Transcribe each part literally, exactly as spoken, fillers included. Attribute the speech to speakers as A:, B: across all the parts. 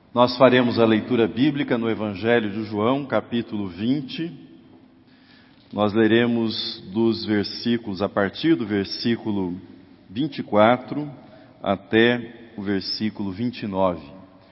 A: Nós faremos a leitura bíblica no Evangelho de João, capítulo vinte. Nós leremos dos versículos, a partir do versículo vinte e quatro até o versículo vinte e nove.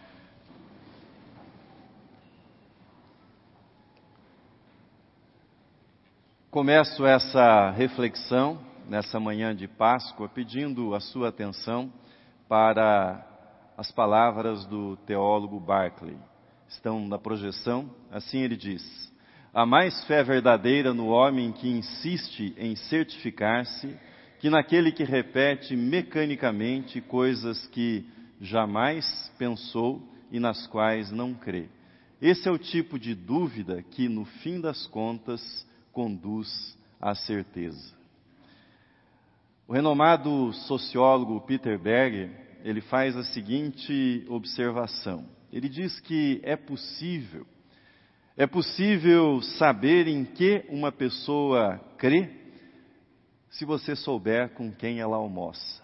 A: Começo essa reflexão nessa manhã de Páscoa pedindo a sua atenção para as palavras do teólogo Barclay. Estão na projeção. Assim ele diz: há mais fé verdadeira no homem que insiste em certificar-se que naquele que repete mecanicamente coisas que jamais pensou e nas quais não crê. Esse é o tipo de dúvida que, no fim das contas, conduz à certeza. O renomado sociólogo Peter Berger, ele faz a seguinte observação. Ele diz que é possível, é possível saber em que uma pessoa crê se você souber com quem ela almoça.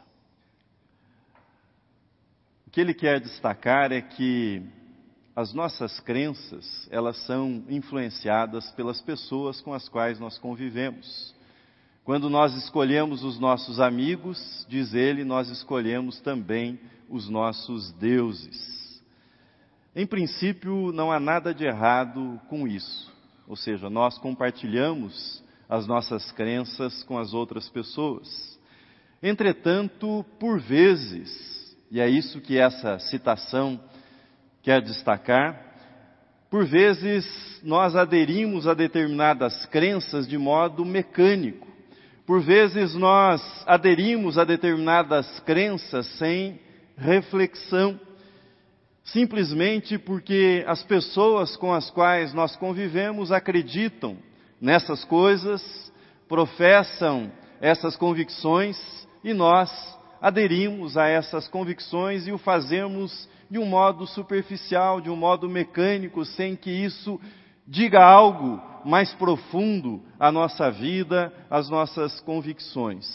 A: O que ele quer destacar é que as nossas crenças, elas são influenciadas pelas pessoas com as quais nós convivemos. Quando nós escolhemos os nossos amigos, diz ele, nós escolhemos também os nossos deuses. Em princípio, não há nada de errado com isso. Ou seja, nós compartilhamos as nossas crenças com as outras pessoas. Entretanto, por vezes, e é isso que essa citação quer destacar, por vezes nós aderimos a determinadas crenças de modo mecânico. Por vezes nós aderimos a determinadas crenças sem reflexão, simplesmente porque as pessoas com as quais nós convivemos acreditam nessas coisas, professam essas convicções e nós aderimos a essas convicções e o fazemos de um modo superficial, de um modo mecânico, sem que isso diga algo mais profundo à nossa vida, às nossas convicções.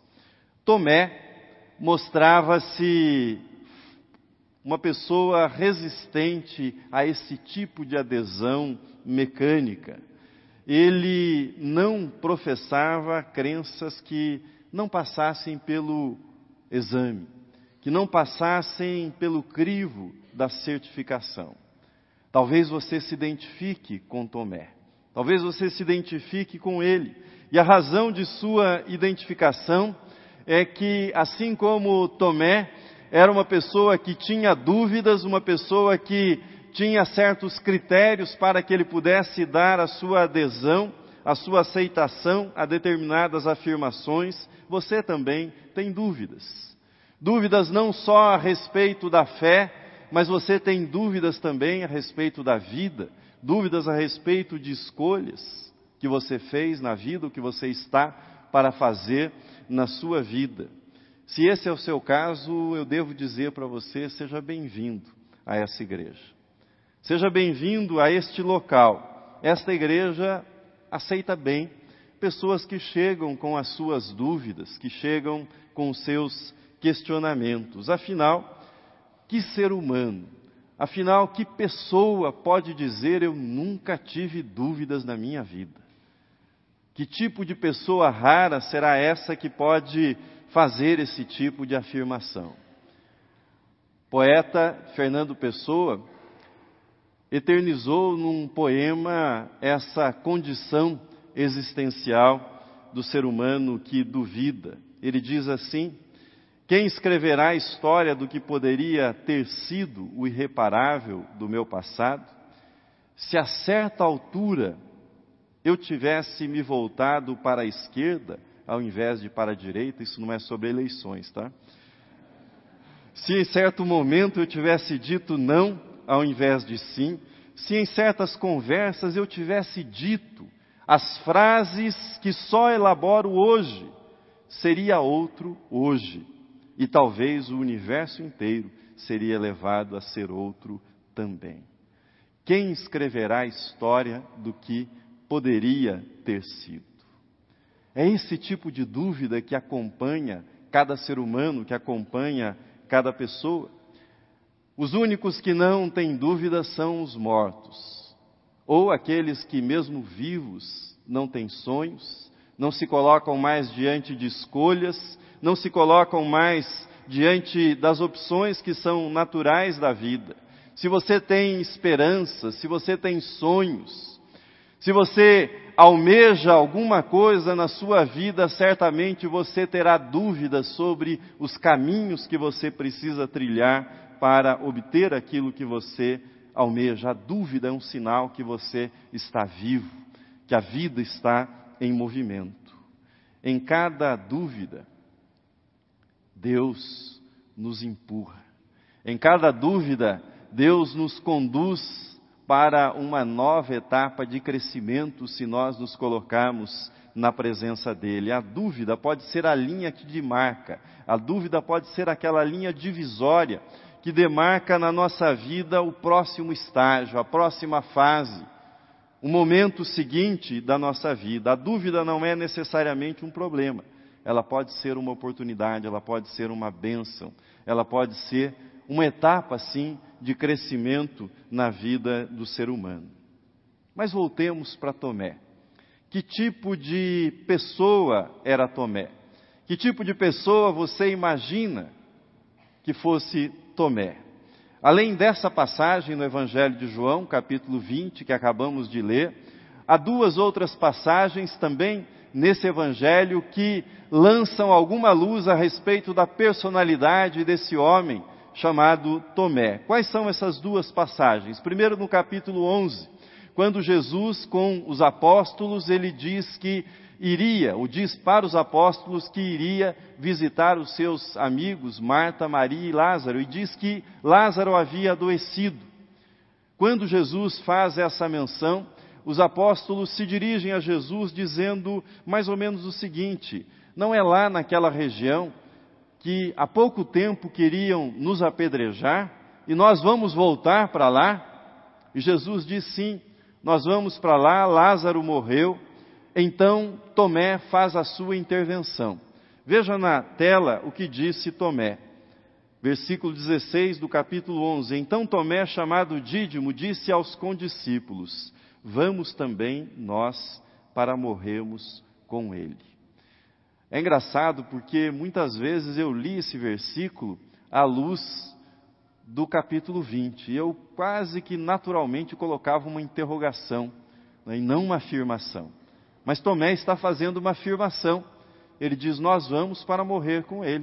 A: Tomé mostrava-se uma pessoa resistente a esse tipo de adesão mecânica. Ele não professava crenças que não passassem pelo exame, que não passassem pelo crivo da certificação. Talvez você se identifique com Tomé. Talvez você se identifique com ele. E a razão de sua identificação é que, assim como Tomé era uma pessoa que tinha dúvidas, uma pessoa que tinha certos critérios para que ele pudesse dar a sua adesão, a sua aceitação a determinadas afirmações, você também tem dúvidas. Dúvidas não só a respeito da fé, mas você tem dúvidas também a respeito da vida, dúvidas a respeito de escolhas que você fez na vida, o que você está para fazer na sua vida. Se esse é o seu caso, eu devo dizer para você, seja bem-vindo a essa igreja. Seja bem-vindo a este local. Esta igreja aceita bem pessoas que chegam com as suas dúvidas, que chegam com os seus questionamentos. Afinal, que ser humano, afinal, que pessoa pode dizer eu nunca tive dúvidas na minha vida? Que tipo de pessoa rara será essa que pode fazer esse tipo de afirmação? O poeta Fernando Pessoa eternizou num poema essa condição existencial do ser humano que duvida. Ele diz assim: quem escreverá a história do que poderia ter sido o irreparável do meu passado? Se a certa altura eu tivesse me voltado para a esquerda, ao invés de para a direita, isso não é sobre eleições, tá? Se em certo momento eu tivesse dito não, ao invés de sim, se em certas conversas eu tivesse dito as frases que só elaboro hoje, seria outro hoje. E talvez o universo inteiro seria levado a ser outro também. Quem escreverá a história do que poderia ter sido? É esse tipo de dúvida que acompanha cada ser humano, que acompanha cada pessoa. Os únicos que não têm dúvida são os mortos, ou aqueles que mesmo vivos não têm sonhos, não se colocam mais diante de escolhas, não se colocam mais diante das opções que são naturais da vida. Se você tem esperança, se você tem sonhos, se você almeja alguma coisa na sua vida, certamente você terá dúvidas sobre os caminhos que você precisa trilhar para obter aquilo que você almeja. A dúvida é um sinal que você está vivo, que a vida está em movimento. Em cada dúvida, Deus nos empurra. Em cada dúvida, Deus nos conduz para uma nova etapa de crescimento se nós nos colocarmos na presença dEle. A dúvida pode ser a linha que demarca, a dúvida pode ser aquela linha divisória que demarca na nossa vida o próximo estágio, a próxima fase, o momento seguinte da nossa vida. A dúvida não é necessariamente um problema. Ela pode ser uma oportunidade, ela pode ser uma bênção, ela pode ser uma etapa, sim, de crescimento na vida do ser humano. Mas voltemos para Tomé. Que tipo de pessoa era Tomé? Que tipo de pessoa você imagina que fosse Tomé? Além dessa passagem no Evangelho de João, capítulo vinte, que acabamos de ler, há duas outras passagens também nesse Evangelho que lançam alguma luz a respeito da personalidade desse homem chamado Tomé. Quais são essas duas passagens? Primeiro, no capítulo onze, quando Jesus, com os apóstolos, ele diz que iria, ou diz para os apóstolos que iria visitar os seus amigos, Marta, Maria e Lázaro, e diz que Lázaro havia adoecido. Quando Jesus faz essa menção, os apóstolos se dirigem a Jesus dizendo mais ou menos o seguinte: não é lá naquela região que há pouco tempo queriam nos apedrejar e nós vamos voltar para lá? E Jesus diz sim, nós vamos para lá, Lázaro morreu. Então Tomé faz a sua intervenção. Veja na tela o que disse Tomé. Versículo dezesseis do capítulo onze. Então Tomé, chamado Dídimo, disse aos condiscípulos: vamos também nós para morrermos com ele. É engraçado porque muitas vezes eu li esse versículo à luz do capítulo vinte. E eu quase que naturalmente colocava uma interrogação, né, e não uma afirmação. Mas Tomé está fazendo uma afirmação. Ele diz, nós vamos para morrer com ele.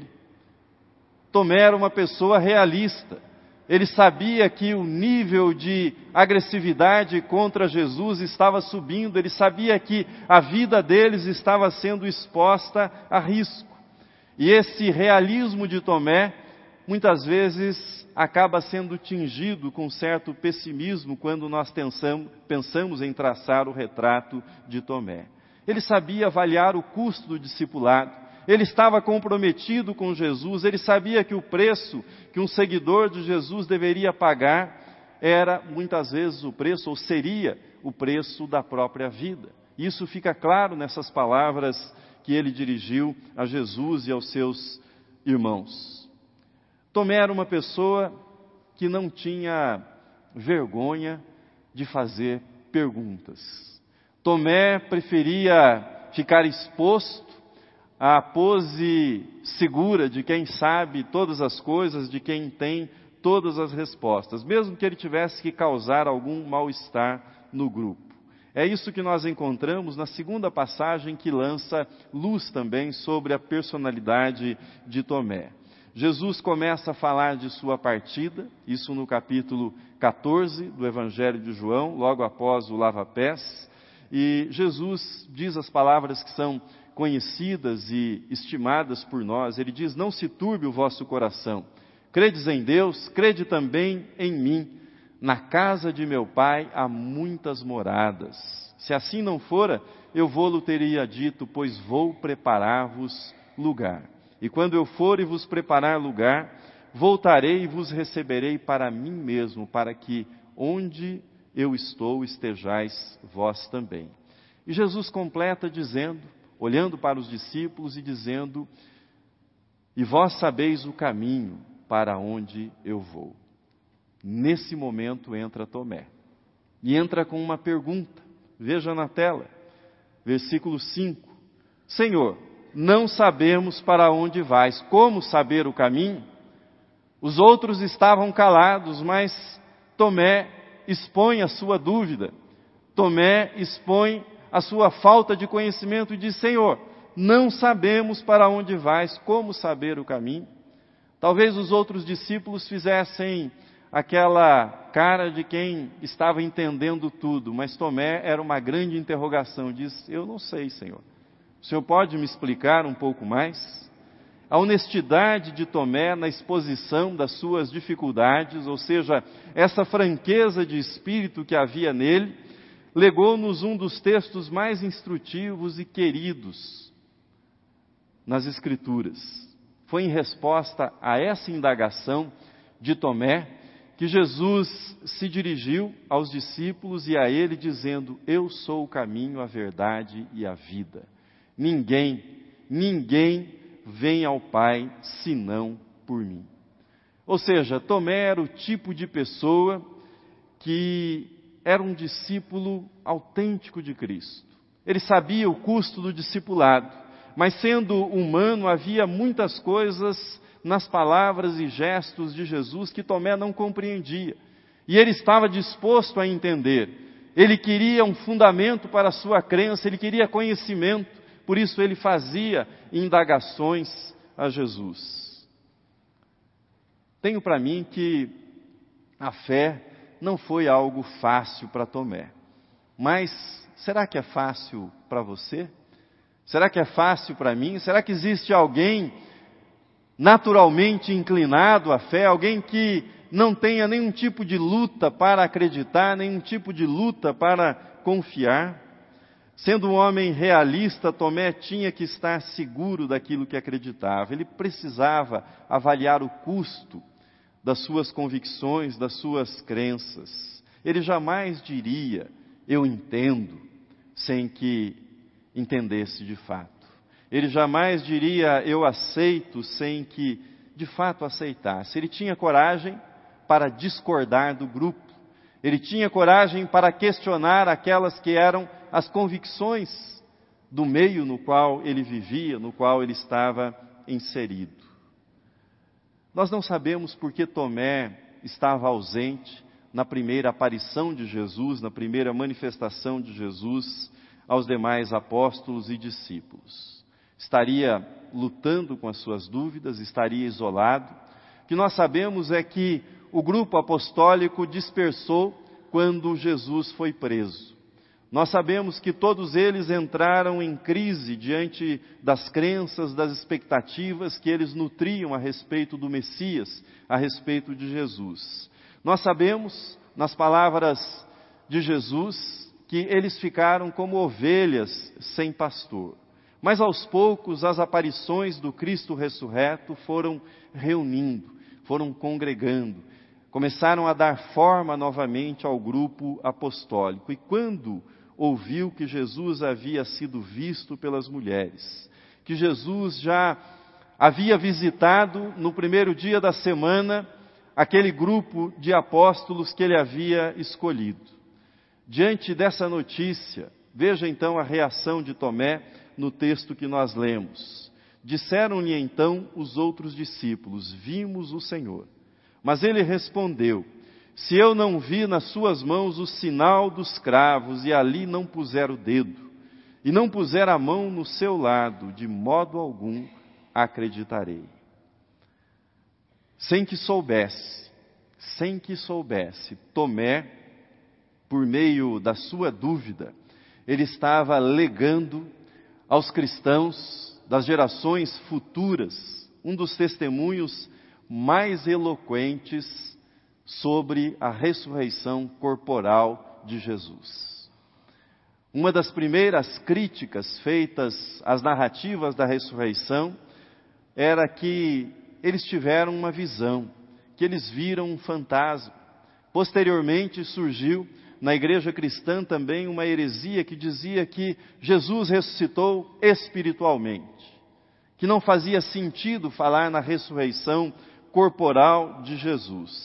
A: Tomé era uma pessoa realista. Ele sabia que o nível de agressividade contra Jesus estava subindo. Ele sabia que a vida deles estava sendo exposta a risco. E esse realismo de Tomé, muitas vezes, acaba sendo tingido com certo pessimismo quando nós pensamos, pensamos em traçar o retrato de Tomé. Ele sabia avaliar o custo do discipulado. Ele estava comprometido com Jesus, ele sabia que o preço que um seguidor de Jesus deveria pagar era, muitas vezes, o preço, ou seria o preço da própria vida. Isso fica claro nessas palavras que ele dirigiu a Jesus e aos seus irmãos. Tomé era uma pessoa que não tinha vergonha de fazer perguntas. Tomé preferia ficar exposto a pose segura de quem sabe todas as coisas, de quem tem todas as respostas, mesmo que ele tivesse que causar algum mal-estar no grupo. É isso que nós encontramos na segunda passagem que lança luz também sobre a personalidade de Tomé. Jesus começa a falar de sua partida, isso no capítulo quatorze do Evangelho de João, logo após o lava-pés, e Jesus diz as palavras que são conhecidas e estimadas por nós. Ele diz, não se turbe o vosso coração. Credes em Deus, crede também em mim. Na casa de meu Pai há muitas moradas. Se assim não fora, eu vou-lo teria dito, pois vou preparar-vos lugar. E quando eu for e vos preparar lugar, voltarei e vos receberei para mim mesmo, para que onde eu estou estejais vós também. E Jesus completa dizendo, olhando para os discípulos e dizendo, e vós sabeis o caminho para onde eu vou. Nesse momento entra Tomé. E entra com uma pergunta. Veja na tela. Versículo cinco. Senhor, não sabemos para onde vais. Como saber o caminho? Os outros estavam calados, mas Tomé expõe a sua dúvida. Tomé expõe a sua falta de conhecimento e diz, Senhor, não sabemos para onde vais, como saber o caminho? Talvez os outros discípulos fizessem aquela cara de quem estava entendendo tudo, mas Tomé era uma grande interrogação, diz, eu não sei, Senhor. O Senhor pode me explicar um pouco mais? A honestidade de Tomé na exposição das suas dificuldades, ou seja, essa franqueza de espírito que havia nele, legou-nos um dos textos mais instrutivos e queridos nas Escrituras. Foi em resposta a essa indagação de Tomé que Jesus se dirigiu aos discípulos e a ele dizendo, eu sou o caminho, a verdade e a vida. Ninguém, ninguém vem ao Pai senão por mim. Ou seja, Tomé era o tipo de pessoa que era um discípulo autêntico de Cristo. Ele sabia o custo do discipulado, mas sendo humano havia muitas coisas nas palavras e gestos de Jesus que Tomé não compreendia. E ele estava disposto a entender. Ele queria um fundamento para a sua crença, ele queria conhecimento. Por isso ele fazia indagações a Jesus. Tenho para mim que a fé não foi algo fácil para Tomé. Mas será que é fácil para você? Será que é fácil para mim? Será que existe alguém naturalmente inclinado à fé? Alguém que não tenha nenhum tipo de luta para acreditar, nenhum tipo de luta para confiar? Sendo um homem realista, Tomé tinha que estar seguro daquilo que acreditava. Ele precisava avaliar o custo das suas convicções, das suas crenças. Ele jamais diria, eu entendo, sem que entendesse de fato. Ele jamais diria, eu aceito, sem que de fato aceitasse. Ele tinha coragem para discordar do grupo. Ele tinha coragem para questionar aquelas que eram as convicções do meio no qual ele vivia, no qual ele estava inserido. Nós não sabemos por que Tomé estava ausente na primeira aparição de Jesus, na primeira manifestação de Jesus aos demais apóstolos e discípulos. Estaria lutando com as suas dúvidas, estaria isolado. O que nós sabemos é que o grupo apostólico dispersou quando Jesus foi preso. Nós sabemos que todos eles entraram em crise diante das crenças, das expectativas que eles nutriam a respeito do Messias, a respeito de Jesus. Nós sabemos, nas palavras de Jesus, que eles ficaram como ovelhas sem pastor. Mas aos poucos as aparições do Cristo ressurreto foram reunindo, foram congregando, começaram a dar forma novamente ao grupo apostólico. E quando ouviu que Jesus havia sido visto pelas mulheres, que Jesus já havia visitado no primeiro dia da semana aquele grupo de apóstolos que ele havia escolhido. Diante dessa notícia, veja então a reação de Tomé no texto que nós lemos. Disseram-lhe então os outros discípulos, vimos o Senhor. Mas ele respondeu, se eu não vi nas suas mãos o sinal dos cravos e ali não puser o dedo, e não puser a mão no seu lado, de modo algum acreditarei. Sem que soubesse, sem que soubesse, Tomé, por meio da sua dúvida, ele estava legando aos cristãos das gerações futuras um dos testemunhos mais eloquentes sobre a ressurreição corporal de Jesus. Uma das primeiras críticas feitas às narrativas da ressurreição era que eles tiveram uma visão, que eles viram um fantasma. Posteriormente surgiu na igreja cristã também uma heresia que dizia que Jesus ressuscitou espiritualmente, que não fazia sentido falar na ressurreição corporal de Jesus.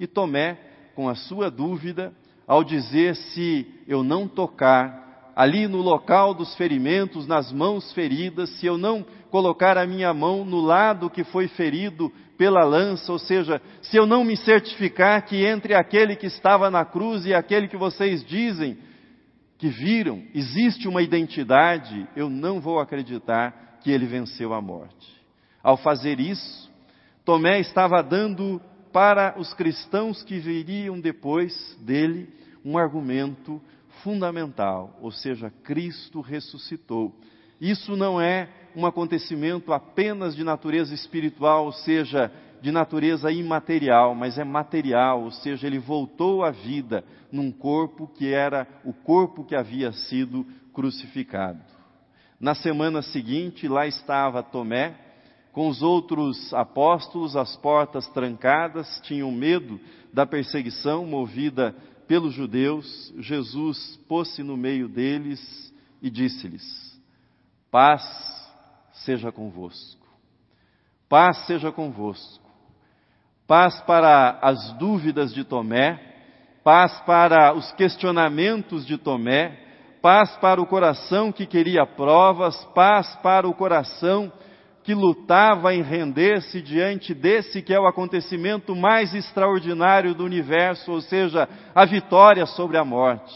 A: E Tomé, com a sua dúvida, ao dizer: se eu não tocar ali no local dos ferimentos, nas mãos feridas, se eu não colocar a minha mão no lado que foi ferido pela lança, ou seja, se eu não me certificar que entre aquele que estava na cruz e aquele que vocês dizem que viram, existe uma identidade, eu não vou acreditar que ele venceu a morte. Ao fazer isso, Tomé estava dando para os cristãos que viriam depois dele um argumento fundamental, ou seja, Cristo ressuscitou. Isso não é um acontecimento apenas de natureza espiritual, ou seja, de natureza imaterial, mas é material, ou seja, ele voltou à vida num corpo que era o corpo que havia sido crucificado. Na semana seguinte, lá estava Tomé, com os outros apóstolos, as portas trancadas, tinham medo da perseguição movida pelos judeus. Jesus pôs-se no meio deles e disse-lhes: paz seja convosco. Paz seja convosco. Paz para as dúvidas de Tomé, paz para os questionamentos de Tomé, paz para o coração que queria provas, paz para o coração que lutava em render-se diante desse que é o acontecimento mais extraordinário do universo, ou seja, a vitória sobre a morte.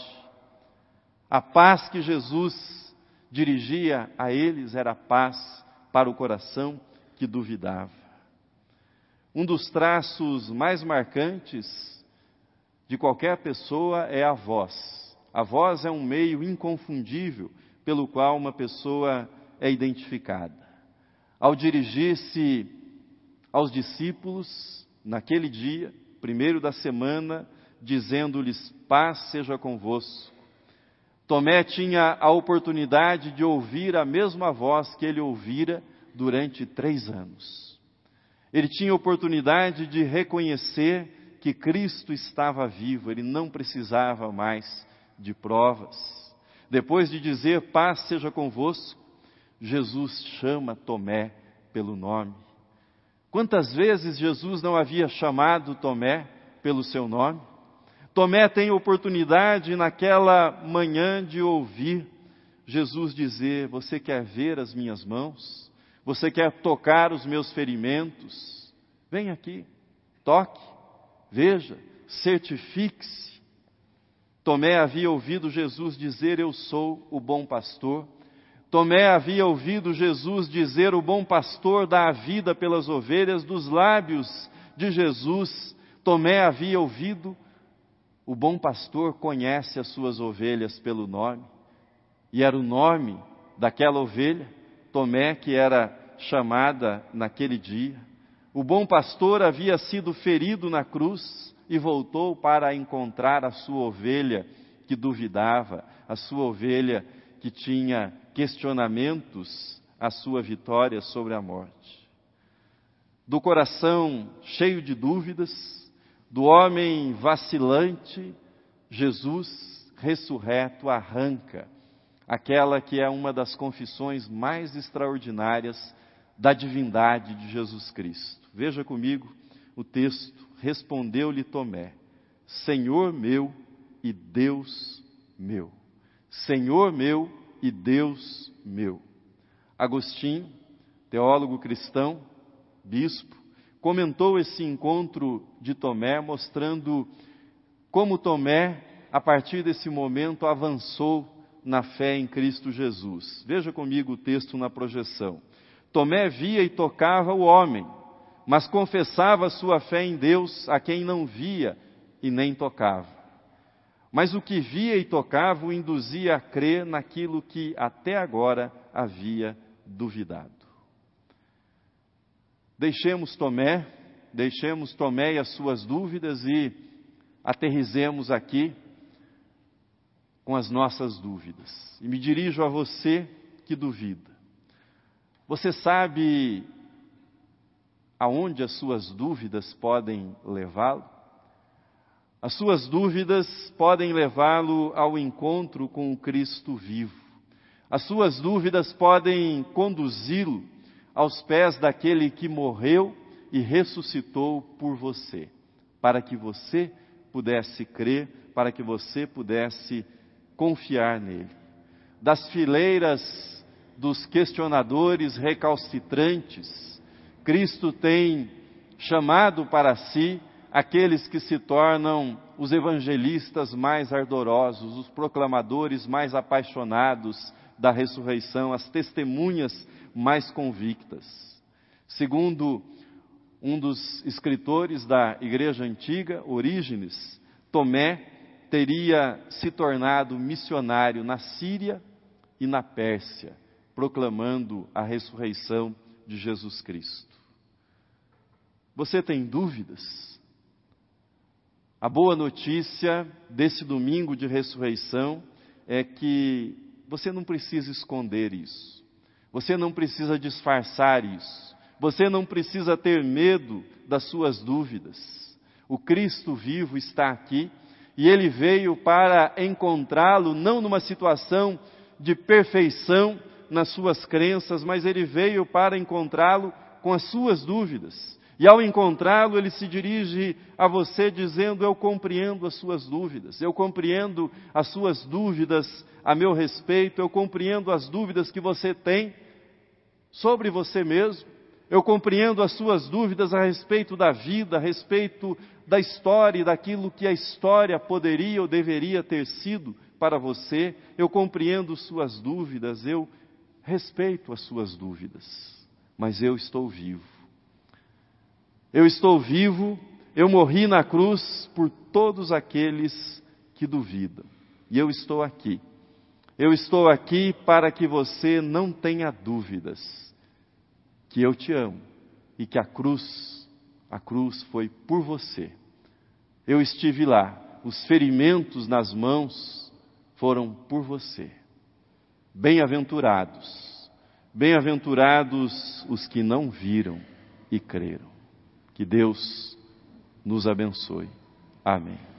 A: A paz que Jesus dirigia a eles era paz para o coração que duvidava. Um dos traços mais marcantes de qualquer pessoa é a voz. A voz é um meio inconfundível pelo qual uma pessoa é identificada. Ao dirigir-se aos discípulos, naquele dia, primeiro da semana, dizendo-lhes: paz seja convosco. Tomé tinha a oportunidade de ouvir a mesma voz que ele ouvira durante três anos. Ele tinha a oportunidade de reconhecer que Cristo estava vivo, ele não precisava mais de provas. Depois de dizer: paz seja convosco, Jesus chama Tomé pelo nome. Quantas vezes Jesus não havia chamado Tomé pelo seu nome? Tomé tem oportunidade naquela manhã de ouvir Jesus dizer: você quer ver as minhas mãos? Você quer tocar os meus ferimentos? Vem aqui, toque, veja, certifique-se. Tomé havia ouvido Jesus dizer: eu sou o bom pastor. Tomé havia ouvido Jesus dizer: o bom pastor dá a vida pelas ovelhas. Dos lábios de Jesus, Tomé havia ouvido: o bom pastor conhece as suas ovelhas pelo nome. E era o nome daquela ovelha, Tomé, que era chamada naquele dia. O bom pastor havia sido ferido na cruz e voltou para encontrar a sua ovelha que duvidava, a sua ovelha que tinha questionamentos à sua vitória sobre a morte. Do coração cheio de dúvidas, do homem vacilante, Jesus ressurreto arranca aquela que é uma das confissões mais extraordinárias da divindade de Jesus Cristo. Veja comigo o texto. Respondeu-lhe Tomé: Senhor meu e Deus meu. Senhor meu e Deus meu. Agostinho, teólogo cristão, bispo, comentou esse encontro de Tomé, mostrando como Tomé, a partir desse momento, avançou na fé em Cristo Jesus. Veja comigo o texto na projeção. Tomé via e tocava o homem, mas confessava sua fé em Deus, a quem não via e nem tocava. Mas o que via e tocava o induzia a crer naquilo que até agora havia duvidado. Deixemos Tomé, deixemos Tomé e as suas dúvidas e aterrizemos aqui com as nossas dúvidas. E me dirijo a você que duvida. Você sabe aonde as suas dúvidas podem levá-lo? As suas dúvidas podem levá-lo ao encontro com o Cristo vivo. As suas dúvidas podem conduzi-lo aos pés daquele que morreu e ressuscitou por você, para que você pudesse crer, para que você pudesse confiar nele. Das fileiras dos questionadores recalcitrantes, Cristo tem chamado para si aqueles que se tornam os evangelistas mais ardorosos, os proclamadores mais apaixonados da ressurreição, as testemunhas mais convictas. Segundo um dos escritores da igreja antiga, Orígenes, Tomé teria se tornado missionário na Síria e na Pérsia, proclamando a ressurreição de Jesus Cristo. Você tem dúvidas? A boa notícia desse domingo de ressurreição é que você não precisa esconder isso. Você não precisa disfarçar isso. Você não precisa ter medo das suas dúvidas. O Cristo vivo está aqui e Ele veio para encontrá-lo não numa situação de perfeição nas suas crenças, mas Ele veio para encontrá-lo com as suas dúvidas. E ao encontrá-lo, Ele se dirige a você dizendo: eu compreendo as suas dúvidas, eu compreendo as suas dúvidas a meu respeito, eu compreendo as dúvidas que você tem sobre você mesmo, eu compreendo as suas dúvidas a respeito da vida, a respeito da história e daquilo que a história poderia ou deveria ter sido para você, eu compreendo suas dúvidas, eu respeito as suas dúvidas, mas eu estou vivo. Eu estou vivo, eu morri na cruz por todos aqueles que duvidam. E eu estou aqui. Eu estou aqui para que você não tenha dúvidas que eu te amo e que a cruz, a cruz foi por você. Eu estive lá, os ferimentos nas mãos foram por você. Bem-aventurados, bem-aventurados os que não viram e creram. Que Deus nos abençoe. Amém.